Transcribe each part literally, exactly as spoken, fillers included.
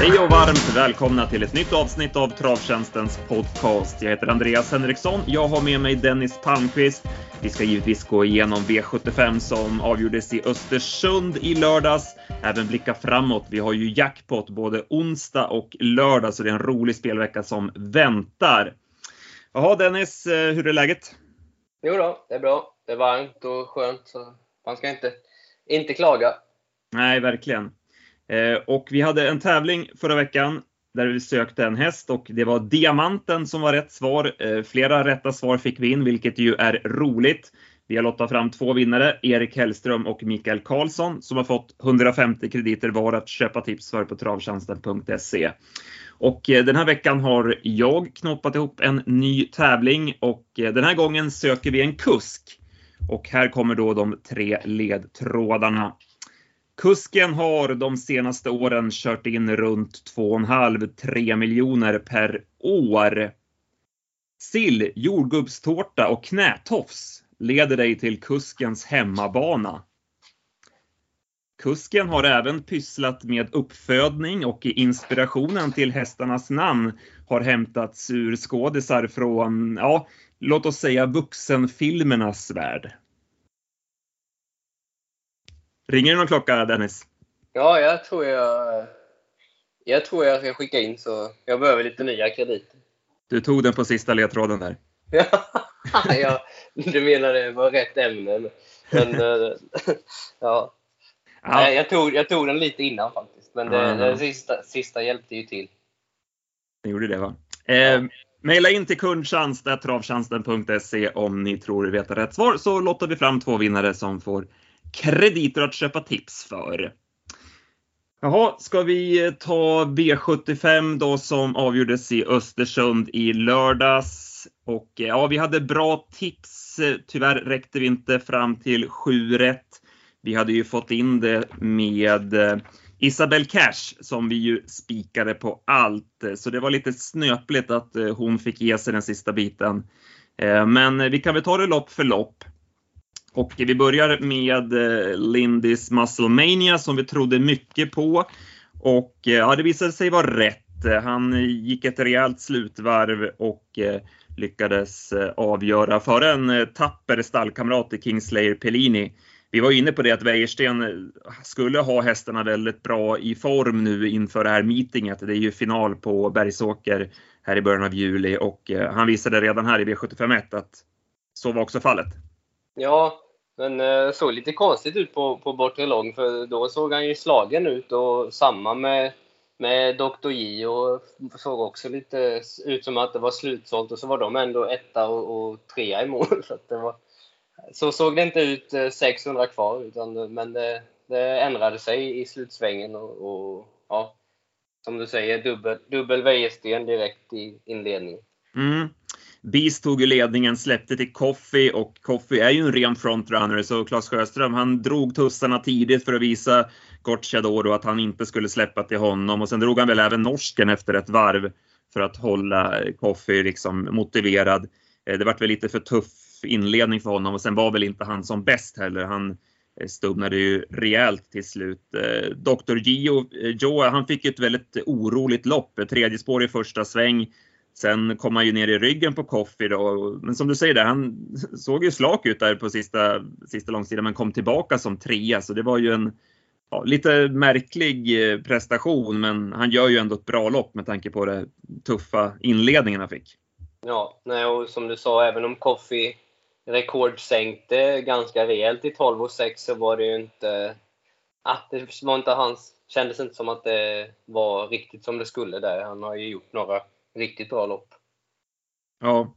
Hej och varmt välkomna till ett nytt avsnitt av Travtjänstens podcast. Jag heter Andreas Henriksson, jag har med mig Dennis Palmqvist. Vi ska givetvis gå igenom V sjuttiofem som avgjordes i Östersund i lördags. Även blicka framåt, vi har ju jackpot både onsdag och lördag, så det är en rolig spelvecka som väntar. Jaha Dennis, hur är läget? Jo då, det är bra. Det är varmt och skönt, så man ska inte, inte klaga. Nej, verkligen. Eh, och vi hade en tävling förra veckan där vi sökte en häst och det var Diamanten som var rätt svar. Eh, flera rätta svar fick vi in, vilket ju är roligt. Vi har lottat fram två vinnare, Erik Hellström och Mikael Karlsson, som har fått hundrafemtio krediter var att köpa tips för på travtjänsten punkt se. Och eh, den här veckan har jag knoppat ihop en ny tävling och eh, den här gången söker vi en kusk. Och här kommer då de tre ledtrådarna. Kusken har de senaste åren kört in runt två och en halv till tre miljoner per år. Sill, jordgubbstårta och knätofs leder dig till kuskens hemmabana. Kusken har även pysslat med uppfödning och inspirationen till hästarnas namn har hämtats ur skådisar från, ja, låt oss säga vuxenfilmernas värld. Ringer det någon klocka, Dennis? Ja, jag tror jag, jag tror jag ska skicka in, så jag behöver lite nya krediter. Du tog den på sista ledtråden där. Ja, du menar det var rätt ämne. Men, ja. Ja. Jag, tog, jag tog den lite innan faktiskt. Men det, ja. det sista, sista hjälpte ju till. Det gjorde det, va? Eh, ja. Maila in till kundtjänst at travtjänsten punkt se om ni tror du vet rätt svar. Så låter vi fram två vinnare som får krediter att köpa tips för. Jaha, ska vi ta V sjuttiofem då som avgjordes i Östersund i lördags. Och ja, vi hade bra tips. Tyvärr räckte vi inte fram till sju rätt. Vi hade ju fått in det med Isabelle Cash som vi ju spikade på allt. Så det var lite snöpligt att hon fick ge sig den sista biten. Men vi kan väl ta det lopp för lopp. Och vi börjar med Lindis Muscle Mania som vi trodde mycket på. Och ja, det visade sig vara rätt. Han gick ett rejält slutvarv och lyckades avgöra för en tapper stallkamrat i Kingslayer Pellini. Vi var inne på det att Wäjersten skulle ha hästarna väldigt bra i form nu inför det här meetinget. Det är ju final på Bergsåker här i början av juli och han visade redan här i V sjuttiofem ett att så var också fallet. Ja, men eh, såg lite konstigt ut på, på bortre lång, för då såg han ju slagen ut, och samma med, med doktor J, och såg också lite ut som att det var slutsålt, och så var de ändå etta och, och trea i mål. Så, att det var, så såg det inte ut eh, sexhundra kvar, utan, men det, det ändrade sig i slutsvängen och, och ja, som du säger, dubbel, dubbel Wäjersten direkt i inledningen. Mm. Beast tog ju ledningen, släppte till Coffee och Coffee är ju en ren frontrunner, så Claes Sjöström han drog tussarna tidigt för att visa Gocciadoro att han inte skulle släppa till honom, och sen drog han väl även norsken efter ett varv för att hålla Coffee liksom motiverad. Det var väl lite för tuff inledning för honom och sen var väl inte han som bäst heller, han stubnade ju rejält till slut. doktor Gio, Joe, han fick ett väldigt oroligt lopp, tredje spår i första sväng. Sen kom han ju ner i ryggen på Coffee då. Men som du säger där, han såg ju slak ut där på sista, sista långsidan, men kom tillbaka som trea. Så det var ju en ja, lite märklig prestation, men han gör ju ändå ett bra lopp med tanke på det tuffa inledningen han fick. Ja, nej, och som du sa, även om Coffee rekordsänkte ganska rejält i tolv och sex, så var det ju inte... Ah, det var inte hans, kändes inte som att det var riktigt som det skulle där. Han har ju gjort några riktigt bra lopp. Ja,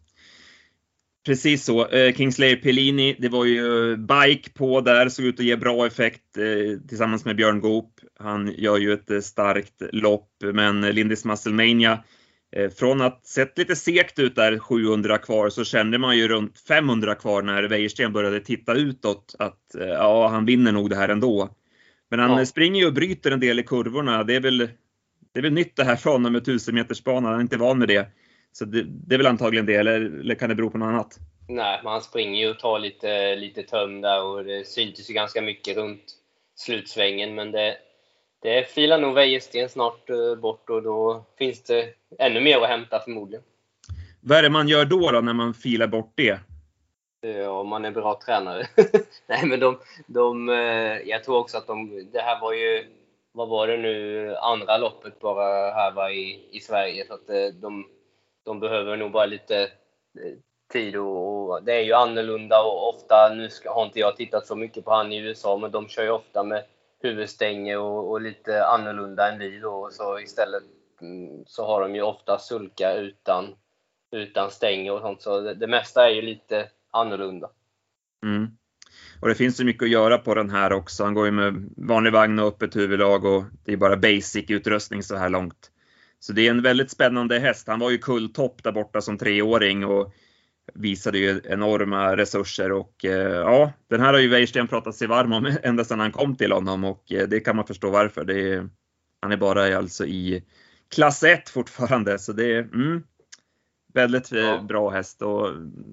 precis så. Eh, Kingslayer Pellini, det var ju bike på där, såg ut att ge bra effekt eh, tillsammans med Björn Goop. Han gör ju ett eh, starkt lopp, men Lindis Muscle Mania, eh, från att sett lite segt ut där, sjuhundra kvar, så kände man ju runt femhundra kvar när Wäjersten började titta utåt att eh, ja, han vinner nog det här ändå. Men han ja. springer ju och bryter en del i kurvorna. Det är väl Det är väl nytt det här från honom med tusen meters banan. Han är inte van med det. Så det, det är väl antagligen det. Eller, eller kan det bero på något annat? Nej, men han springer ju och tar lite, lite töm där. Och det syntes ju ganska mycket runt slutsvängen. Men det, det filar nog Wäjersten snart uh, bort och då finns det ännu mer att hämta förmodligen. Vad är det man gör då, då när man filar bort det? Ja, om man är bra tränare. Nej, men de, de, jag tror också att de, det här var ju, vad var det nu, andra loppet bara här var i, i Sverige. Så att de, de behöver nog bara lite tid och, och det är ju annorlunda och ofta, nu ska, har inte jag tittat så mycket på han i U S A, men de kör ju ofta med huvudstänger och, och lite annorlunda än vi då. Så istället så har de ju ofta sulka utan, utan stänger och sånt. Så det, det mesta är ju lite annorlunda. Mm. Och det finns ju mycket att göra på den här också. Han går ju med vanlig vagn och öppet huvudlag och det är bara basic utrustning så här långt. Så det är en väldigt spännande häst. Han var ju kulltopp där borta som treåring och visade ju enorma resurser och eh, ja, den här har ju Wäjersten pratat sig varm om ända sedan han kom till honom och eh, det kan man förstå varför. Det är, han är bara alltså i klass ett fortfarande, så det är mm, väldigt ja. bra häst och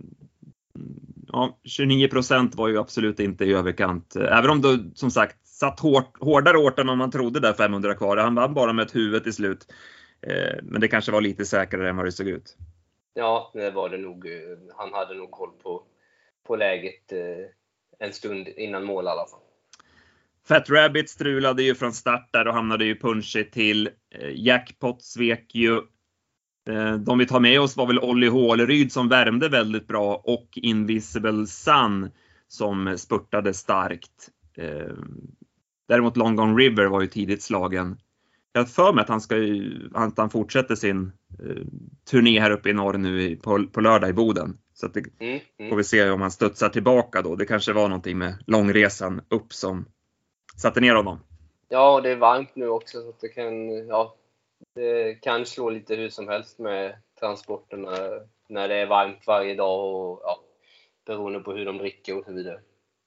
ja, tjugonio procent var ju absolut inte i överkant. Även om du som sagt satt hårt, hårdare åt än man trodde där femhundra kvar. Han vann bara med ett huvud till slut. Eh, men det kanske var lite säkrare än vad det såg ut. Ja, det var det nog. Han hade nog koll på, på läget eh, en stund innan mål i alla fall. Fat Rabbit strulade ju från start där och hamnade ju punchigt till. Eh, Jackpot svek ju. Eh, de vi tar med oss var väl Olli Håleryd som värmde väldigt bra och Invisible Sun som spurtade starkt. Eh, däremot Long Gone River var ju tidigt slagen. Jag har för mig att han, ska ju, att han fortsätter sin eh, turné här uppe i norr nu i, på, på lördag i Boden. Så att det, mm, mm. får vi se om han studsar tillbaka då. Det kanske var någonting med långresan upp som satte ner honom. Ja, det är varmt nu också så att det kan, ja, det kan slå lite hur som helst med transporterna när det är varmt varje dag och ja, beroende på hur de dricker och så vidare.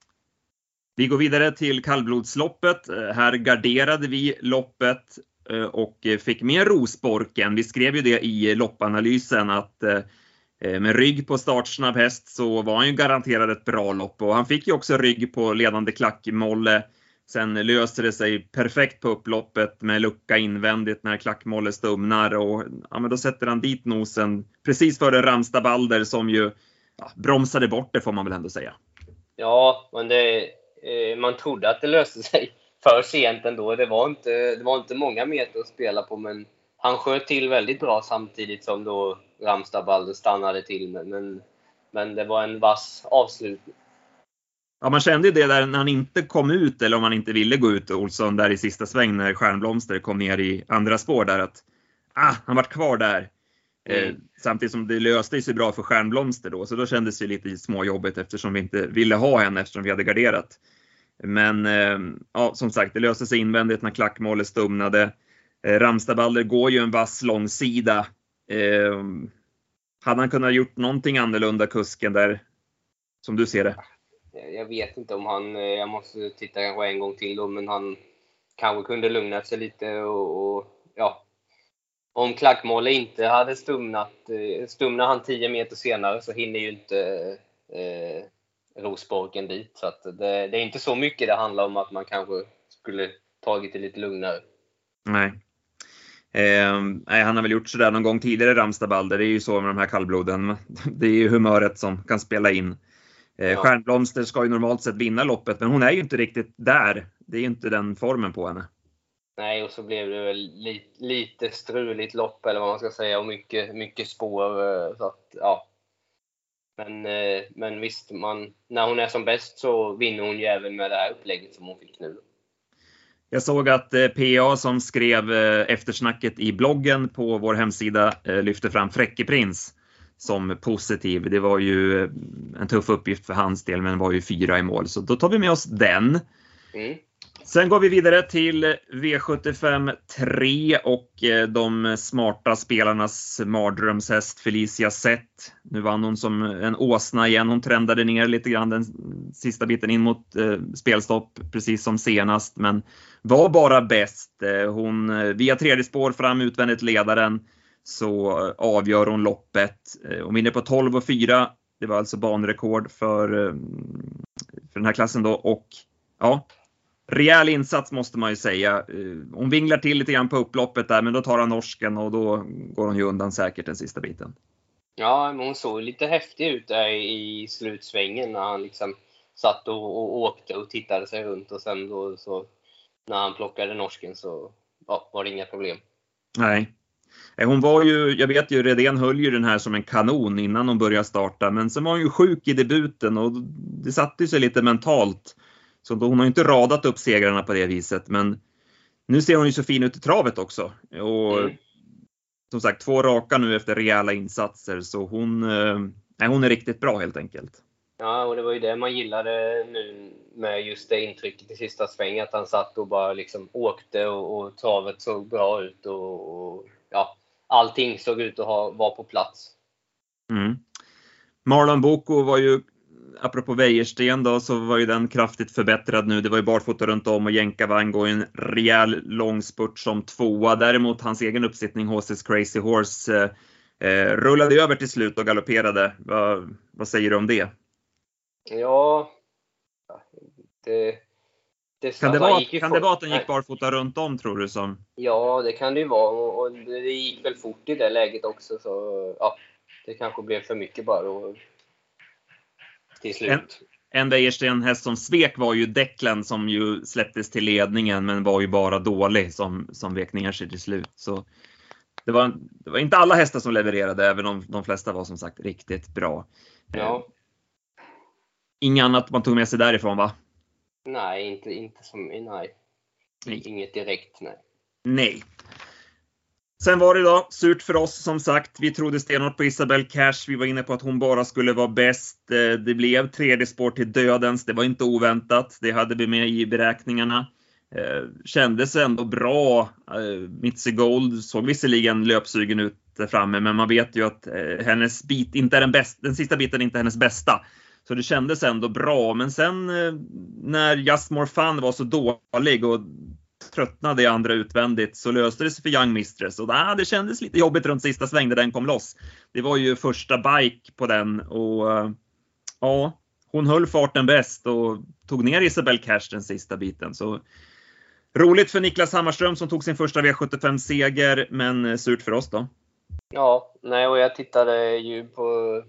Vi går vidare till kallblodsloppet. Här garderade vi loppet och fick med Rosborken. Vi skrev ju det i loppanalysen att med rygg på startsnabb häst så var han ju garanterad ett bra lopp. Och han fick ju också rygg på ledande klackmolle. Sen löser det sig perfekt på upploppet med lucka invändigt när klackmolle stumnar. Och ja, men då sätter han dit nosen precis före Ramstad Balder som ju ja, bromsade bort det får man väl ändå säga. Ja, men det man trodde att det löste sig för sent ändå. Det var inte, det var inte många meter att spela på, men han sköt till väldigt bra samtidigt som då Ramstad Balder stannade till. Men, men det var en vass avslutning. Ja, man kände ju det där när han inte kom ut eller om han inte ville gå ut, Olsson, där i sista sväng när Stjärnblomster kom ner i andra spår där att ah, han var kvar där. Mm. Eh, samtidigt som det löste sig bra för Stjärnblomster då, så då kändes det lite småjobbigt eftersom vi inte ville ha henne eftersom vi hade garderat. Men eh, ja, som sagt, det löste sig invändigt när klackmålet stumnade. Eh, Ramstad Balder går ju en vass långsida. Eh, hade han kunnat gjort någonting annorlunda kusken där, som du ser det? Jag vet inte om han, jag måste titta kanske en gång till då, men han kanske kunde lugna sig lite och, och ja. Om klackmålet inte hade stumnat, stumnar han tio meter senare så hinner ju inte eh, Rosborken dit. Så att det, det är inte så mycket det handlar om att man kanske skulle tagit det lite lugnare. Nej. Eh, nej, han har väl gjort sådär någon gång tidigare, Ramstad Balder. Det är ju så med de här kallbloden. Det är ju humöret som kan spela in. Eh, ja. Stjärnblomster ska ju normalt sett vinna loppet, men hon är ju inte riktigt där. Det är ju inte den formen på henne. Nej, och så blev det väl lite, lite struligt lopp eller vad man ska säga och mycket, mycket spår. Så att, ja. Men, men visst, man, när hon är som bäst så vinner hon ju även med det här upplägget som hon fick nu. Jag såg att P A som skrev eftersnacket i bloggen på vår hemsida lyfte fram Fräcke Prins som positiv. Det var ju en tuff uppgift för hans del, men var ju fyra i mål. Så då tar vi med oss den. Mm. Sen går vi vidare till V sjuttiofem tre och de smarta spelarnas mardrömshäst Felicia Zett. Nu vann hon som en åsna igen. Hon trendade ner lite grann den sista biten in mot eh, spelstopp, precis som senast. Men var bara bäst. Hon, via tredje spår fram utvändigt ledaren så avgör hon loppet. Hon vinner på tolv och fyra. Det var alltså banrekord för, för den här klassen då. Och ja... rejäl insats måste man ju säga. Hon vinglar till lite grann på upploppet där, men då tar han norsken och då går hon ju undan säkert den sista biten. Ja, men hon såg lite häftig ut där i slutsvängen när han liksom satt och, och åkte och tittade sig runt, och sen då så när han plockade norsken så ja, var det inga problem. Nej. Hon var ju, jag vet ju, Redén höll ju den här som en kanon innan hon började starta, men sen var hon ju sjuk i debuten och det satte sig lite mentalt. Så då, hon har ju inte radat upp segrarna på det viset, men nu ser hon ju så fin ut i travet också. Och mm. som sagt, två raka nu efter rejäla insatser, så hon, eh, hon är riktigt bra helt enkelt. Ja, och det var ju det man gillade nu med just det intrycket i sista sväng, att han satt och bara liksom åkte och, och travet såg bra ut och, och ja, allting såg ut att ha, vara på plats. Mm. Marlon Boko var ju, apropå Wäjersten då, så var ju den kraftigt förbättrad nu. Det var ju barfota runt om och jänkarvagn går en rejäl lång spurt som tvåa. Däremot hans egen uppsittning, H C's Crazy Horse, eh, rullade över till slut och galopperade. Va, vad säger du om det? Ja, det... Det, kan det, vara, kan det vara att den gick barfota runt om, tror du? Som? Ja, det kan det ju vara. Och, och det gick väl fort i det läget också. Så ja, det kanske blev för mycket bara då, till slut. En, en Wäjersten häst som svek var ju Declan, som ju släpptes till ledningen, men var ju bara dålig som, som vek ner sig till slut. Så det var, det var inte alla hästar som levererade, även om de flesta var som sagt riktigt bra. Ja. Inget annat man tog med sig därifrån, va? Nej, inte, inte som, nej. nej. Inget direkt, nej. Nej. Sen var det då surt för oss, som sagt. Vi trodde stenhårt på Isabelle Cash. Vi var inne på att hon bara skulle vara bäst. Det blev tredje spår till dödens. Det var inte oväntat. Det hade vi med i beräkningarna. Kändes ändå bra. Mitzi Gold såg visserligen löpsugen ut där framme, men man vet ju att hennes bit inte är den bästa. Den sista biten är inte hennes bästa. Så det kändes ändå bra. Men sen när Just More Fun var så dålig och tröttnade i andra utvändigt, så löste det sig för Young Mistress. Och nah, det kändes lite jobbigt runt sista sväng när den kom loss. Det var ju första bike på den. Och ja, hon höll farten bäst och tog ner Isabelle Cash den sista biten. Så roligt för Niklas Hammarström som tog sin första V sjuttiofem-seger, men surt för oss då. Ja, nej, och jag tittade ju på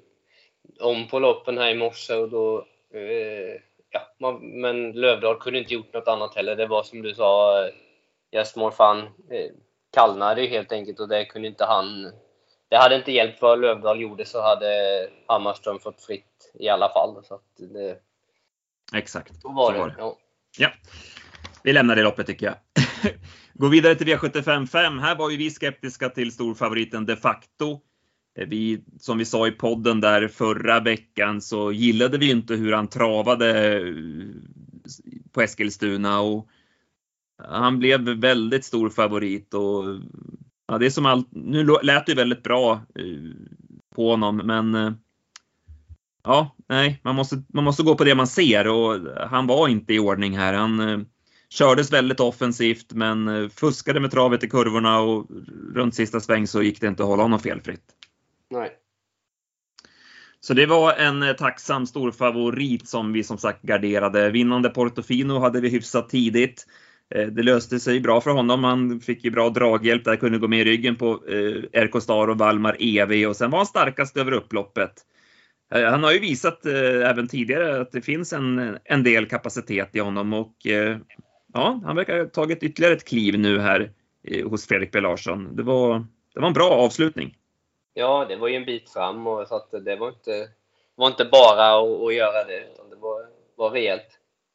om på loppen här i morse och då eh, ja, man, men Lövdahl kunde inte gjort något annat heller. Det var som du sa, Just More Fun eh, kallnade helt enkelt, och det kunde inte han. Det hade inte hjälpt vad Lövdahl gjorde, så hade Hammarström fått fritt i alla fall. Så att det, exakt. Så var så det. Var det. Ja. Ja. Vi lämnar det loppet tycker jag. Gå vidare till V sjuttiofem fem. Här var ju vi skeptiska till storfavoriten De Facto. Vi, som vi sa i podden där förra veckan, så gillade vi inte hur han travade på Eskilstuna, och han blev väldigt stor favorit. Och ja, det är som allt, nu lät det väldigt bra på honom, men ja, nej, man måste, man måste gå på det man ser, och han var inte i ordning här. Han kördes väldigt offensivt, men fuskade med travet i kurvorna, och runt sista sväng så gick det inte att hålla honom felfritt. Nej. Så det var en tacksam stor favorit som vi som sagt garderade. Vinnande Portofino hade vi hyfsat tidigt. Det löste sig bra för honom. Han fick ju bra draghjälp där, kunde gå med i ryggen på R K Star och Valmar E V, och sen var han starkast över upploppet. Han har ju visat även tidigare att det finns en, en del kapacitet i honom, och ja, han verkar ha tagit ytterligare ett kliv nu här hos Fredrik B. Larsson. Det var, det var en bra avslutning. Ja, det var ju en bit fram, och så att det var inte, var inte bara att, att göra det, utan det var, var rejält.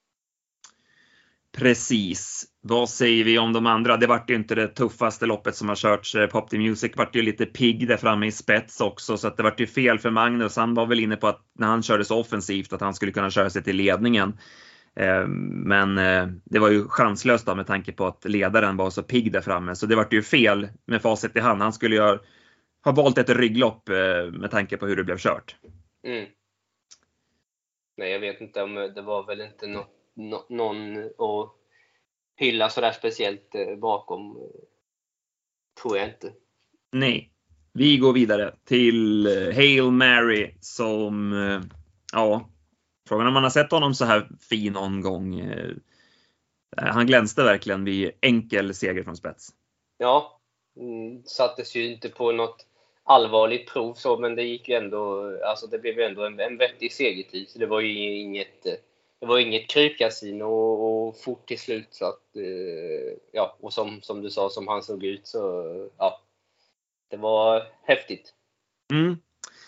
Precis. Vad säger vi om de andra? Det var ju inte det tuffaste loppet som har körts. Pop the Music var ju lite pigg där framme i spets också, så att det var ju fel för Magnus. Han var väl inne på att när han körde så offensivt att han skulle kunna köra sig till ledningen. Men det var ju chanslöst då, med tanke på att ledaren var så pigg där framme. Så det var ju fel med facit i hand. Han skulle ju ha valt ett rygglopp med tanke på hur det blev kört. Mm. Nej, jag vet inte om det var väl inte no, no, någon att hylla så där speciellt bakom. Tror jag inte. Nej. Vi går vidare till Hail Mary som, ja, frågan om man har sett honom så här fin någon gång. Han glänste verkligen vid enkel seger från spets. Ja, mm, sattes ju inte på något allvarligt prov så, men det gick ju ändå, alltså det blev ju ändå en, en vettig segertid, så det var ju inget det var inget krypkasin och, och fort till slut, så att eh, ja, och som, som du sa, som han såg ut, så ja, det var häftigt. Mm.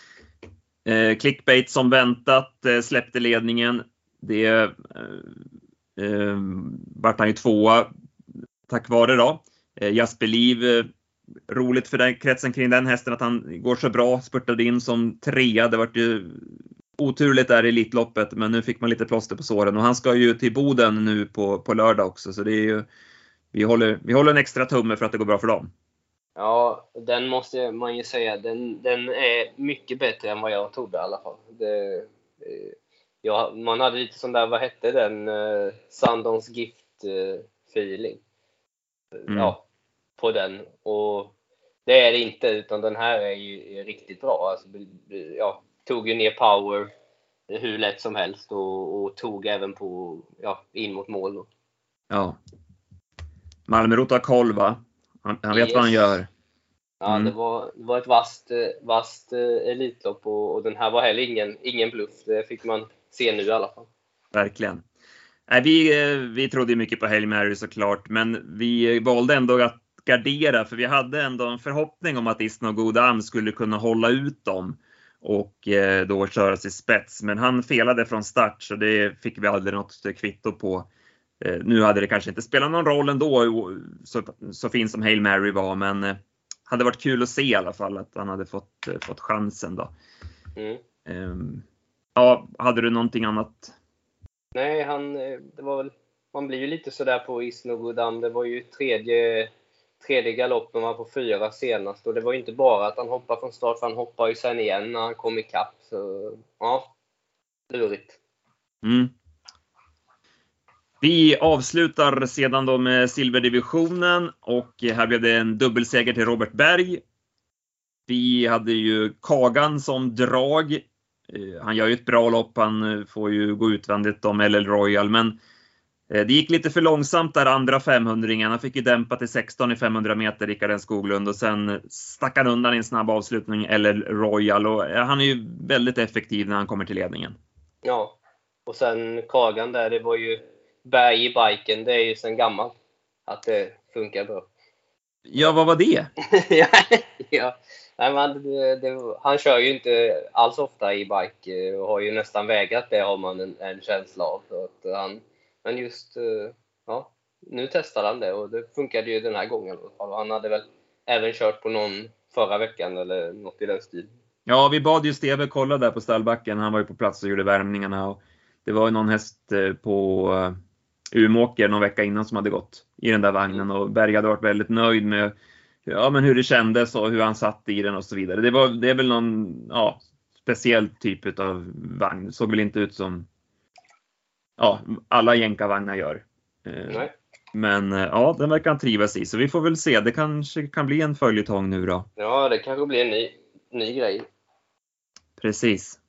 Eh, clickbait som väntat eh, släppte ledningen. Det eh, eh, vart han ju tvåa tack vare då. Eh, Jasper Liv, eh, roligt för den kretsen kring den hästen att han går så bra, spurtade in som trea. Det vart ju oturligt där i Elitloppet, men nu fick man lite plåster på såren, och han ska ju till Boden nu på, på lördag också, så det är ju, vi håller, vi håller en extra tumme för att det går bra för dem. Ja, den måste man ju säga, den, den är mycket bättre än vad jag trodde i alla fall. Det, ja, man hade lite sån där, vad hette den, uh, Sandons Gift uh, feeling mm. ja, på den, och det är det inte, utan den här är ju är riktigt bra. Alltså, ja, tog ju ner power hur lätt som helst, och, och tog även på, ja, in mot mål då. Ja. Malmrot har koll, va? Han, han vet yes. vad han gör. Ja, mm. det, var, det var ett vast, vast elitlopp, och, och den här var heller ingen, ingen bluff. Det fick man se nu i alla fall. Verkligen. Nej, vi, vi trodde mycket på Hail Mary såklart, men vi valde ändå att gardera, för vi hade ändå en förhoppning om att Isno Godam skulle kunna hålla ut dem och eh, då köra sig spets. Men han felade från start, så det fick vi aldrig något kvitto på. Eh, nu hade det kanske inte spelat någon roll ändå, så, så fin som Hail Mary var, men eh, hade varit kul att se i alla fall att han hade fått, eh, fått chansen då. Mm. Eh, ja, hade du någonting annat? Nej, han, det var väl, man blir ju lite sådär på Isno Godam. Det var ju tredje tredje galoppen var på fyra senast, och det var ju inte bara att han hoppade från start, för han hoppade ju sen igen när han kom i kapp, så ja, lurigt. Mm. Vi avslutar sedan då med silverdivisionen, och här blev det en dubbelseger till Robert Berg. Vi hade ju Kagan som drag. Han gör ju ett bra lopp, han får ju gå utvändigt om L L Royal, men det gick lite för långsamt där andra femhundringen. Han fick ju dämpa till sexton i femhundra meter, Rickard Skoglund, och sen stack han undan i en snabb avslutning L L Royal, och han är ju väldigt effektiv när han kommer till ledningen. Ja, och sen Kagan där, det var ju Berg i biken, det är ju sen gammalt att det funkar bra. Ja, vad var det? ja, nej, men det, det, han kör ju inte alls ofta i bike, och har ju nästan vägrat det, har man en, en känsla av. Så att han, men just, ja, nu testar han det, och det funkade ju den här gången. Han hade väl även kört på någon förra veckan eller något i den stilen. Ja, vi bad ju Steve kolla där på stallbacken. Han var ju på plats och gjorde värmningarna, och det var ju någon häst på Umåker någon vecka innan som hade gått i den där vagnen, och Berg hade varit väldigt nöjd med ja, men hur det kändes och hur han satt i den och så vidare. Det, var, det är väl någon ja, speciell typ av vagn. Det såg väl inte ut som ja, alla jänkarvagnar gör. Nej. Men ja, den verkar han trivas i, så vi får väl se. Det kanske kan bli en följetong nu då. Ja, det kanske blir en ny, ny grej. Precis.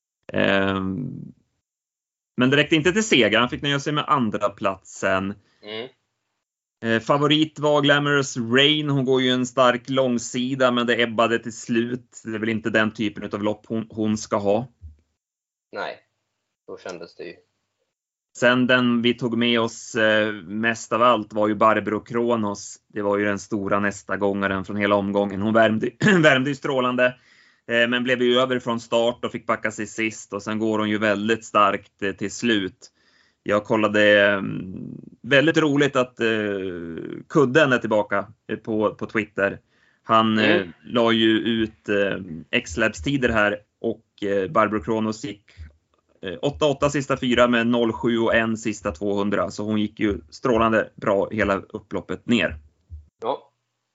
Um, men det räckte inte till seger. Han fick nöja sig med andra platsen. Mm. Eh, favorit var Glamorous Rain. Hon går ju en stark långsida, men det ebbade till slut. Det är väl inte den typen av lopp hon, hon ska ha. Nej, då kändes det ju. Sen den vi tog med oss eh, mest av allt var ju Barbro Kronos. Det var ju den stora nästa gångaren från hela omgången. Hon värmde, värmde ju strålande, eh, men blev ju över från start och fick backa sig sist. Och sen går hon ju väldigt starkt eh, till slut. Jag kollade, eh, väldigt roligt att eh, Kudden är tillbaka eh, på, på Twitter. Han eh, mm. la ju ut eh, X-Labs-tider här, och eh, Barbro Kronos gick åtta åtta sista fyra med noll sju och en sista tvåhundra. Så hon gick ju strålande bra hela upploppet ner. Ja.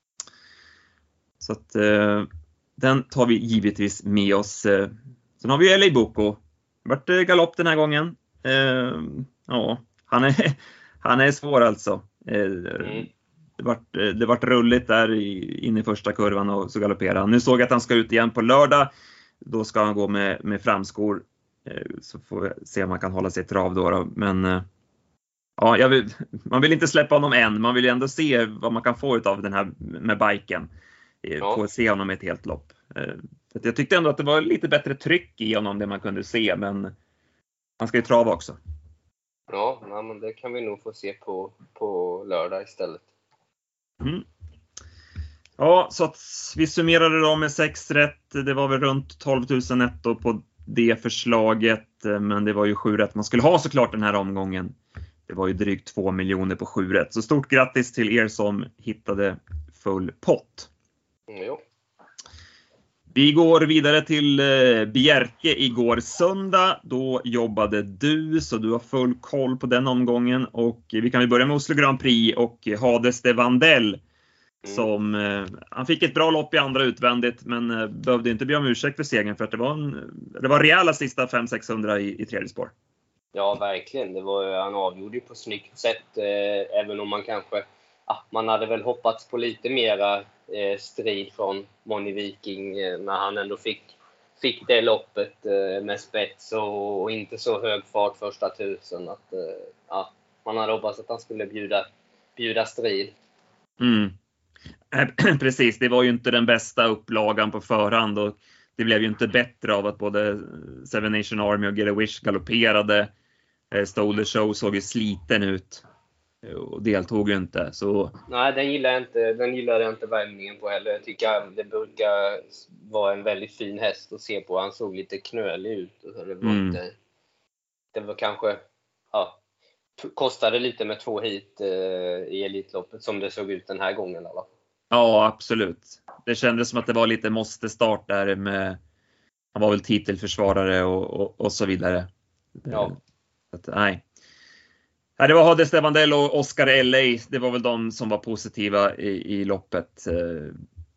Så att eh, den tar vi givetvis med oss. Eh. Sen har vi L A Boko. Vart eh, galopp den här gången. Eh, ja, han är, han är svår alltså. Eh, mm. Det vart, det vart rulligt där i, in i första kurvan, och så galopperar han. Nu såg jag att han ska ut igen på lördag. Då ska han gå med, med framskor. Så får vi se om man kan hålla sig i trav då, då. Men ja, jag vill, man vill inte släppa honom än. Man vill ju ändå se vad man kan få ut av den här med biken. Ja. Få se honom i ett helt lopp. Jag tyckte ändå att det var lite bättre tryck i honom det man kunde se, men han ska ju trava också. Ja, men det kan vi nog få se på, på lördag istället. Mm. Ja, så att vi summerade då med sex rätt. Det var väl runt tolv tusen netto på det förslaget, men det var ju sju rätt man skulle ha såklart den här omgången. Det var ju drygt två miljoner på sju rätt. Så stort grattis till er som hittade full pott. Mm, vi går vidare till Bjerke igår söndag. Då jobbade du, så du har full koll på den omgången. Och vi kan väl börja med Oslo Grand Prix och Hades de Vandel. Mm. Som, eh, han fick ett bra lopp i andra utvändigt, men eh, behövde inte be om ursäkt för segern, för att det var, en, det var rejäla sista fem sexhundra i, i tredje spår. Ja, verkligen. Det var, han avgjorde på snyggt sätt, eh, även om man kanske ah, man hade väl hoppats på lite mera eh, strid från Moni Viking eh, när han ändå fick, fick det loppet eh, med spets och, och inte så hög fart första tusen. Att, eh, ah, man hade hoppats att han skulle bjuda, bjuda strid. Mm. Precis, det var ju inte den bästa upplagan på förhand, och det blev ju inte bättre av att både Seven Nation Army och Get a Wish galopperade. Stole the Show såg ju sliten ut och deltog ju inte. Så... Nej, den gillar jag inte, den gillar jag inte värmningen på heller. Jag tycker det brukar vara en väldigt fin häst att se på. Han såg lite knölig ut. Det var, mm. inte, det var kanske... Ja, kostade lite med två hit eh, i Elitloppet som det såg ut den här gången. Eller? Ja, absolut. Det kändes som att det var lite måste start där med... Han var väl titelförsvarare och, och, och så vidare. Ja. Att, nej. Nej, det var Hades de Vandel och Oscar L A. Det var väl de som var positiva i, i loppet. Uh,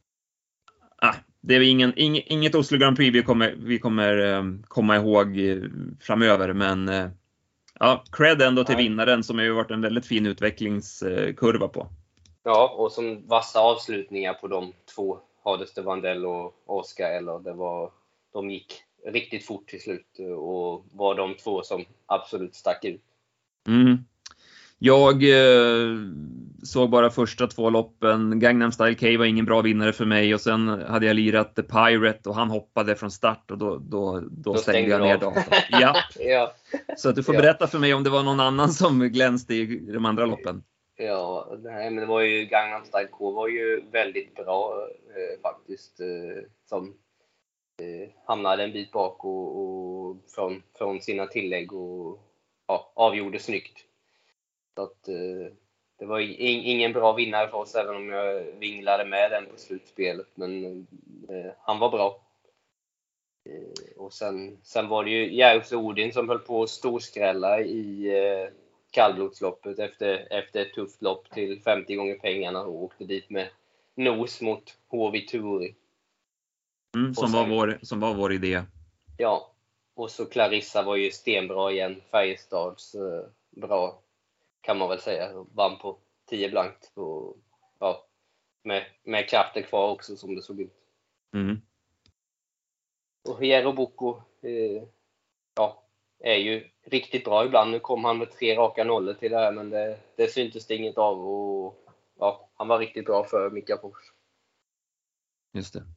ah, det är ingen, ing, inget Oslo Grand Prix vi kommer, vi kommer um, komma ihåg uh, framöver. Men uh, ja, cred ändå till nej. Vinnaren, som har ju varit en väldigt fin utvecklingskurva på. Ja, och som vassa avslutningar på de två, Hades de Vandel och Oscar L A. Det var, de gick riktigt fort till slut och var de två som absolut stack ut. Mm. Jag eh, såg bara första två loppen. Gangnam Style K var ingen bra vinnare för mig, och sen hade jag lirat The Pirate och han hoppade från start, och då, då, då, då stängde jag ner datorn. Ja. Ja. Så att du får ja. berätta för mig om det var någon annan som glänste i de andra loppen. Ja, nej, men det var ju Gangnam Style K var ju väldigt bra eh, faktiskt, eh, som eh, hamnade en bit bak och, och från, från sina tillägg och ja, avgjorde snyggt. Så att eh, det var in, ingen bra vinnare för oss, även om jag vinglade med den på slutspelet, men eh, han var bra. Eh, och sen, sen var det ju Järvs Odin som höll på att storskrälla i eh, kallblodsloppet efter, efter ett tufft lopp till femtio gånger pengarna och åkte dit med nos mot H V Turi. Mm, som, sen, var vår, som var vår idé. Ja, och så Clarissa var ju stenbra igen. Färjestads eh, bra, kan man väl säga. Vann på tio blankt. Och, ja, med, med krafter kvar också som det såg ut. Mm. Och Hierro Bocco eh, ja, är ju riktigt bra ibland. Nu kom han med tre raka nollor till det här, men det, det syntes det inget av. Och, ja, han var riktigt bra för Mika Fors. Just det.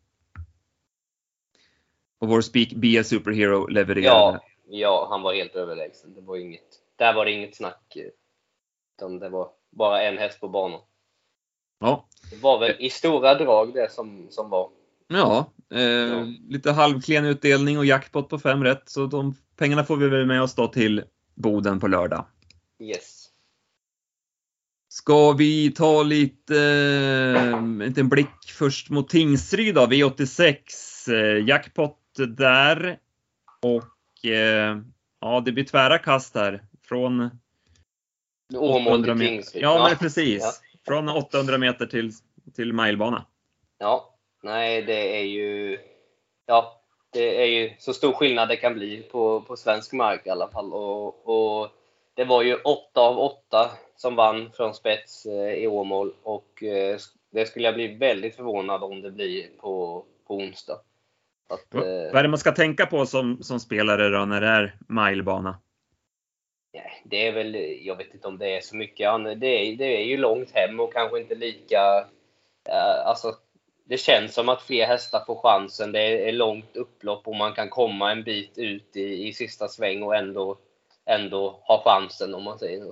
Och vår Speak Be a Superhero levererade. Ja, ja, han var helt överlägsen. Det var inget, där var det inget snack. Utan det var bara en häst på banan. Ja. Det var väl i stora drag det som, som var. Ja, eh, ja, lite halvklen utdelning och jackpot på fem rätt. Så de pengarna får vi väl med oss då till Boden på lördag. Yes. Ska vi ta lite eh, en liten blick först mot Tingsryd då, V åttiosex. Eh, jackpot där. Och eh, ja, det blir tvära kast här. Från åttahundra meter. Ja, men precis. Ja. Från åttahundra meter till, till milebana. Ja, nej det är ju... Ja, det är ju så stor skillnad det kan bli på, på svensk mark i alla fall. Och, och det var ju åtta av åtta som vann från spets eh, i Åmål. Och eh, det skulle jag bli väldigt förvånad om det blir på, på onsdag. Att, Vad är det man ska tänka på som, som spelare då när det är milebana? Det är väl, jag vet inte om det är så mycket. Det är, det är ju långt hem och kanske inte lika... Alltså, det känns som att fler hästar får chansen. Det är långt upplopp och man kan komma en bit ut i, i sista sväng och ändå, ändå ha chansen, om man säger så.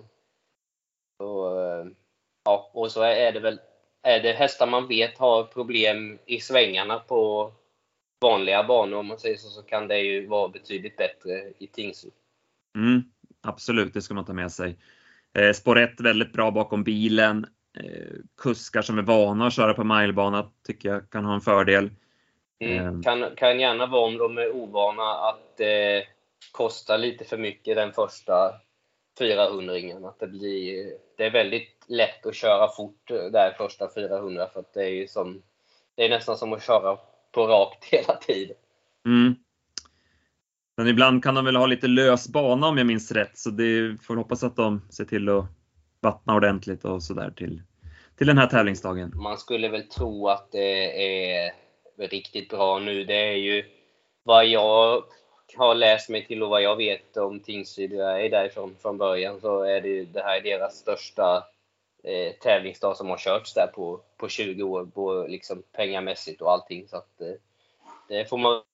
Så ja, och så är det väl, är det hästar man vet har problem i svängarna på vanliga banor, om man säger så, så kan det ju vara betydligt bättre i Tingsryd. Mm, absolut, det ska man ta med sig. Eh, spår ett väldigt bra bakom bilen. Eh, kuskar som är vana att köra på milebana tycker jag kan ha en fördel. Mm, eh. kan, kan gärna vara, om de är ovana, att det eh, kostar lite för mycket den första fyrahundringen. Att det blir, det är väldigt lätt att köra fort där första fyrahundra, för att det är ju som, det är nästan som att köra på rakt hela tiden. Mm. Men ibland kan de väl ha lite lös bana, om jag minns rätt, så det får hoppas att de ser till att vattna ordentligt och sådär till, till den här tävlingsdagen. Man skulle väl tro att det är riktigt bra nu. Det är ju vad jag har läst mig till och vad jag vet om Tingsryd är därifrån från början, så är det, det här deras största eh, tävlingsdag som har körts där på, på tjugo år, på liksom pengamässigt och allting, så att eh, det får man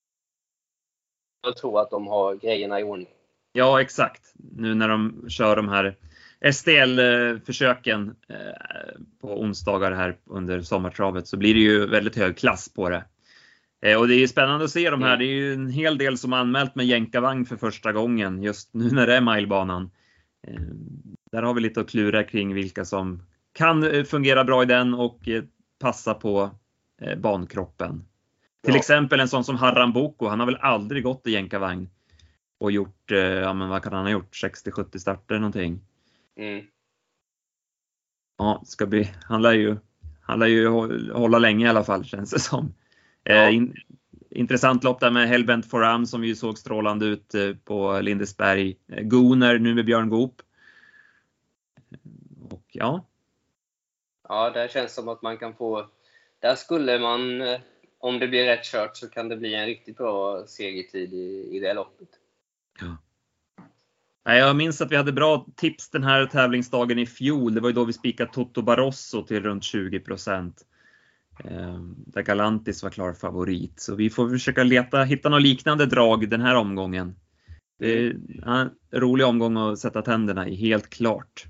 väl tro att de har grejerna i ordning. Ja, exakt. Nu när de kör de här S D L-försöken eh, på onsdagar här under sommartravet, så blir det ju väldigt hög klass på det. Eh, och det är ju spännande att se de här. Det är ju en hel del som har anmält med jänkarvagn för första gången just nu när det är milebanan. Eh, där har vi lite att klura kring vilka som kan fungera bra i den och eh, passa på eh, bankroppen. Till ja. exempel en sån som Harran Boko, han har väl aldrig gått i jänkarvagn och gjort, eh, ja men vad kan han ha gjort, sextio sjuttio starter någonting. Mm. Ja, ska bli, han lär ju, han lär ju hålla länge i alla fall, känns det som. Ja. Eh, in, intressant lopp där med Hellbent Foram som vi såg strålande ut eh, på Lindesberg. Eh, Goner nu med Björn Goop. Och ja. Ja, det känns som att man kan få, där skulle man, om det blir rätt kört, så kan det bli en riktigt bra segertid i, i det loppet. Ja. Jag minns att vi hade bra tips den här tävlingsdagen i fjol. Det var ju då vi spikade Toto Barroso till runt tjugo procent. Där Galantis var klar favorit. Så vi får försöka leta, hitta något liknande drag den här omgången. Det är en rolig omgång att sätta tänderna i, helt klart.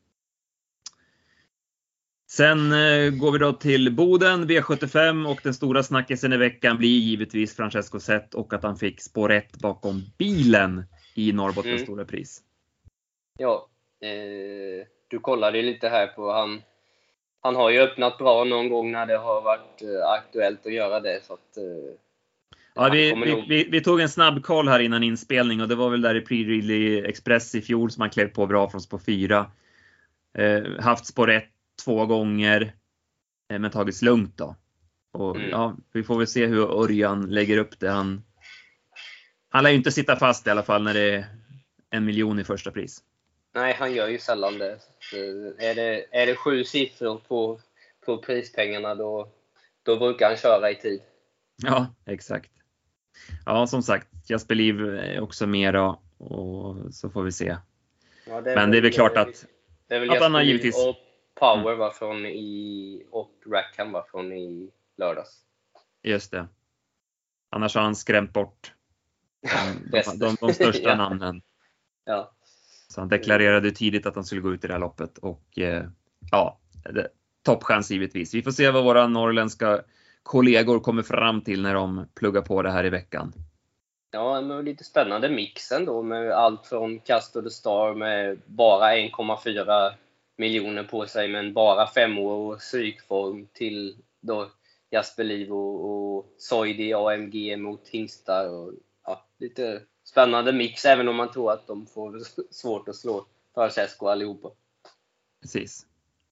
Sen går vi då till Boden, V sjuttiofem, och den stora snackisen i veckan blir givetvis Francesco Zet och att han fick spår ett bakom bilen i Norrbottens mm. stora pris. Ja, eh, du kollade lite här på han. Han har ju öppnat bra någon gång när det har varit eh, aktuellt att göra det. Så att, eh, ja, vi, vi, nog... vi, vi tog en snabb koll här innan inspelning, och det var väl där i Pre-Relay Express i fjol som han klev på bra från spår fyra. Eh, haft spår ett två gånger, eh, men tagits lugnt då. Och mm. ja, vi får väl se hur Örjan lägger upp det. Han, han lär ju inte sitta fast i alla fall när det är en miljon i första pris. Nej, han gör ju sällan det. Så är det, är det sju siffror på, på prispengarna, då, då brukar han köra i tid. Ja, exakt. Ja, som sagt, Jasper Liv är också med då, och så får vi se. Ja, det men det är väl klart att, det är väl att han har givetvis... Och Power var från i, och Rackham var från i lördags. Just det. Annars har han skrämt bort de, de, de, de största ja. namnen. Ja. Så han deklarerade tidigt att han skulle gå ut i det här loppet. Och eh, ja, det, toppchans givetvis. Vi får se vad våra norrländska kollegor kommer fram till när de pluggar på det här i veckan. Ja, men lite spännande mixen då, med allt från Castor the Star med bara en komma fyra miljoner på sig, men bara fem år och psykform, till då Jasper Liv och, och Soidi A M G mot hingstar. Och, ja, lite spännande mix, även om man tror att de får svårt att slå Francesco allihopa. Precis.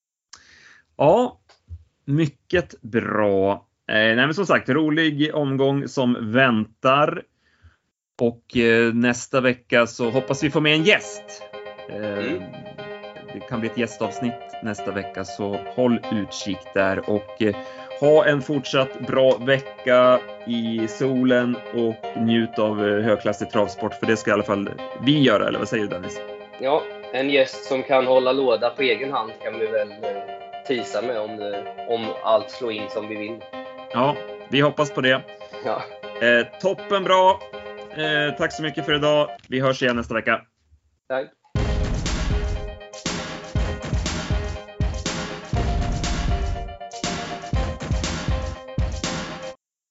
Ja, mycket bra. Eh, nej, men som sagt, rolig omgång som väntar. Och eh, nästa vecka så hoppas vi få med en gäst. Eh, mm. Det kan bli ett gästavsnitt nästa vecka, så håll utkik där. Och eh, ha en fortsatt bra vecka i solen och njut av eh, högklassig travsport. För det ska i alla fall vi göra, eller vad säger du, Dennis? Ja, en gäst som kan hålla låda på egen hand kan vi väl eh, tisa med om, det, om allt slår in som vi vill. Ja, vi hoppas på det. Ja. Eh, toppen bra. Eh, tack så mycket för idag. Vi hörs igen nästa vecka. Tack.